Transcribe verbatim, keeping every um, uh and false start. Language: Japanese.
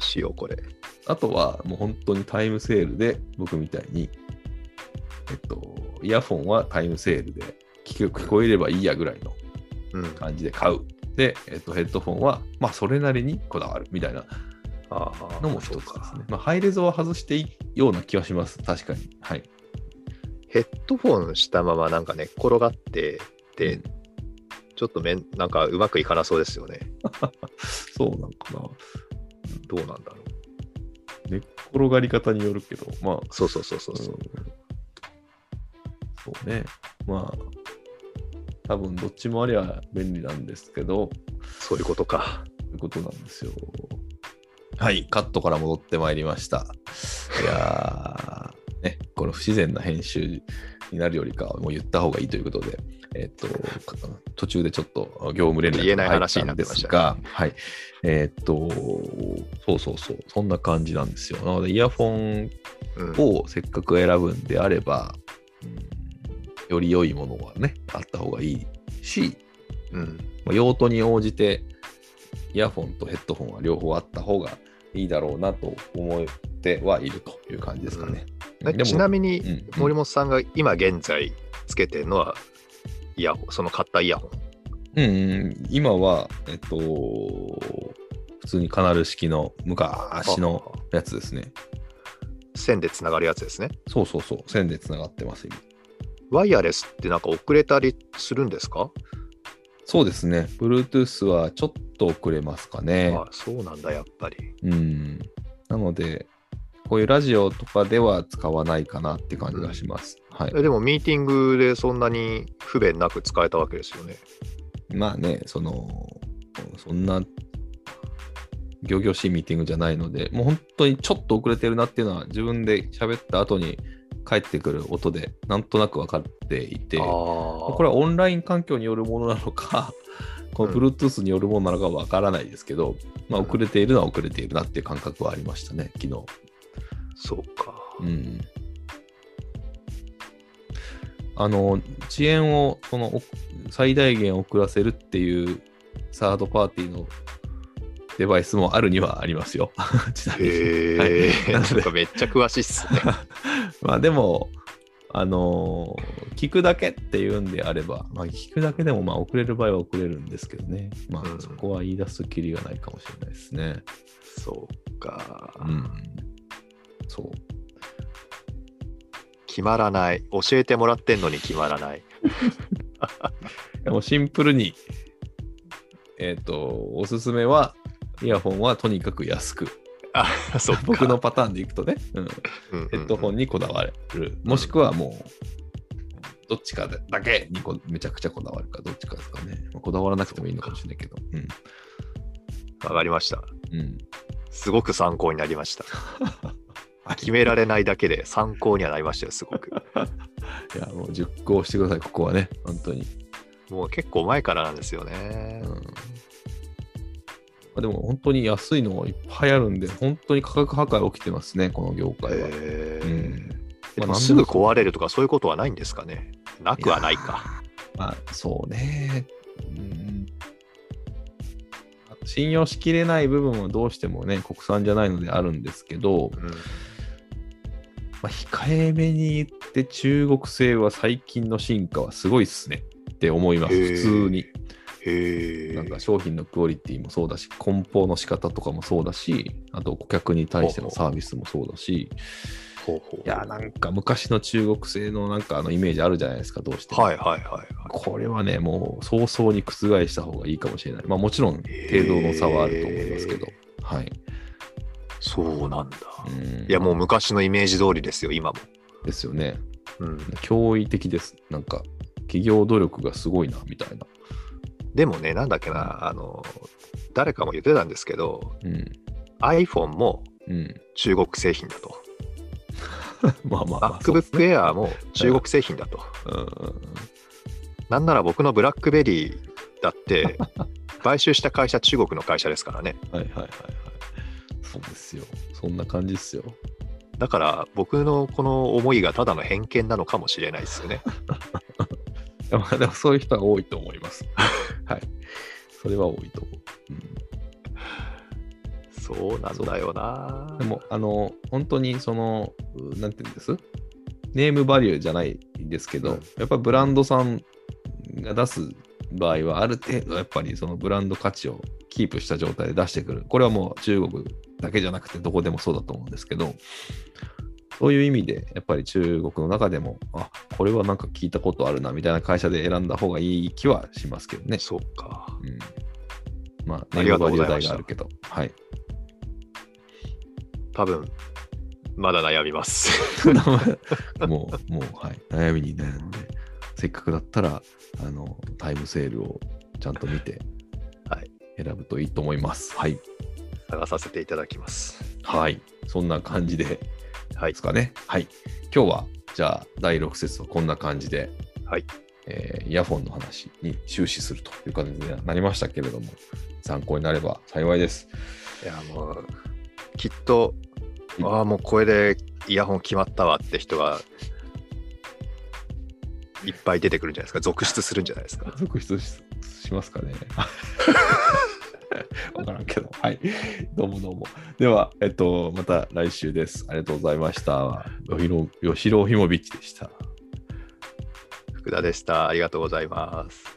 うしようこれ。 あとはもう本当にタイムセールで僕みたいに、えっと、イヤフォンはタイムセールで聞こ聞こえればいいやぐらいの感じで買う。うん、で、えっと、ヘッドフォンはまあそれなりにこだわるみたいなのも一つですね。まあ、ハイレゾは外していいような気はします。確かに。はい。 ヘッドフォンしたままなんか寝っ転がってで、うん、ちょっとめんなんかうまくいかなそうですよね。 そうなんかな。 どうなんだろう。寝っ転がり方によるけど、まあ。 そうそうそうそうそう。うん、 そうね。まあ、多分どっちもありゃ便利なんですけど。 そういうことか。 そういうことなんですよ。はい、カットから戻ってまいりました。いやー、ね、この不自然な編集になるよりかはもう言った方がいいということで、えっと、途中でちょっと業務連絡が入ったんですが、はい、えっと、そうそうそう、そんな感じなんですよ。なので、イヤフォンをせっかく選ぶんであれば、うん、より良いものはね、あった方がいいし、うんまあ、用途に応じて、イヤフォンとヘッドフォンは両方あった方がいいだろうなと思ってはいるという感じですかね。 うん、ちなみに森本さんが今現在つけてるのはイヤホン、その買ったイヤホン。 うん、うん、今はえっと普通にカナル式の昔のやつですね。 線でつながるやつですね。 そうそうそう、線でつながってます今。 ワイヤレスってなんか遅れたりするんですか？ そうですね。Bluetooth はちょっと遅れますかね。 ああ、そうなんだ、やっぱり。 うん。なので、こういうラジオとかでは使わないかなって感じがします。うん、はい。 でも、ミーティングでそんなに不便なく使えたわけですよね。 まあね、その、そんな、仰々しいミーティングじゃないので、もう本当にちょっと遅れてるなっていうのは、自分で喋った後に、返ってくる音でなんとなく分かっていて、これはオンライン環境によるものなのか、この Bluetooth によるものなのか分からないですけど、うん、まあ遅れているのは遅れているなっていう感覚はありましたね、昨日。 そうか。 うん。あの、遅延をその最大限遅らせるっていうサードパーティーのデバイスもあるにはありますよ。ちなみに。 へー、はい、なんかめっちゃ詳しいっすね。 まあでも、あのー、聞くだけっていうんであれば、まあ聞くだけでもまあ遅れる場合は遅れるんですけどね。まあそこは言い出すきりがないかもしれないですね。 うん、そうか。 うん。そう。 決まらない。教えてもらってんのに決まらない。 でもシンプルに、えっと、おすすめは、イヤホンはとにかく安く。 あ、そうか。 僕のパターンでいくとね、うんうんうん、ヘッドホンにこだわる、もしくはもうどっちかだけにこめちゃくちゃこだわるかどっちかですかね。まあ、こだわらなくてもいいのかもしれないけど。うん、 わかりました、 うん。 すごく参考になりました。決められないだけで参考にはなりましたよ、すごく。 いや、もう熟考してください、ここはね、本当に。 もう結構前からなんですよね。うんでも本当に安いのがいっぱいあるんで、本当に価格破壊起きてますね、この業界は。 へー、うん、でもすぐ壊れるとかそういうことはないんですかね。なくはないか。 まあ、そうね、うん。信用しきれない部分はどうしてもね、国産じゃないのであるんですけど、うん、まあ、控えめに言って中国製は最近の進化はすごいっすねって思います、普通に。 へなんか商品のクオリティもそうだし、梱包の仕方とかもそうだし、あと顧客に対してのサービスもそうだし、 ほうほうほう、 いやなんか昔の中国製のなんかあのイメージあるじゃないですか、どうしても。 はいはいはい、はい、 これはね、もう早々に覆した方がいいかもしれない。まあもちろん程度の差はあると思いますけど、はい。 そうなんだ。うん、いやもう昔のイメージ通りですよ、今も。 ですよね。うん、驚異的です。なんか企業努力がすごいなみたいな。 でもね、なんだっけな、あの誰かも言ってたんですけど、うん、iPhone も中国製品だと。 まあまあ、まあ、 MacBook Air も中国製品だと。うんうん、なんなら僕のブラックベリーだって買収した会社中国の会社ですからね。 はいはいはいはい。そうですよ。そんな感じですよ。 だから僕のこの思いがただの偏見なのかもしれないですよね。 でもそういう人は多いと思います。はい。それは多いと思う。うん、 そうなんだよな。 でも、あの、本当にその、なんていうんですネームバリューじゃないですけど、うん、やっぱブランドさんが出す場合は、ある程度やっぱりそのブランド価値をキープした状態で出してくる。これはもう中国だけじゃなくてどこでもそうだと思うんですけど、そういう意味でやっぱり中国の中でも、あ、これはなんか聞いたことあるなみたいな会社で選んだ方がいい気はしますけどね。 そうか。 うん、まあ、ネームバリュー代があるけど。はい。 多分、まだ悩みます。 もう、もう、はい。悩みに悩んで、せっかくだったら、あの、タイムセールをちゃんと見て、 はい。 選ぶといいと思います。はい。 探させていただきます。 はい。そんな感じで、 はい。 ですかね。はい。今日は、じゃあ、だいろく節はこんな感じで、 はい。 えー、イヤフォンの話に終始するという感じになりましたけれども、参考になれば幸いです。 いや、もう、きっと、ああ、もうこれでイヤホン決まったわって人がいっぱい出てくるんじゃないですか。続出するんじゃないですか。 続出 し, しますかね。わからんけど。はい。どうもどうも。では、えっと、また来週です。ありがとうございました。吉郎ひもびっちでした。 福田でした。ありがとうございます。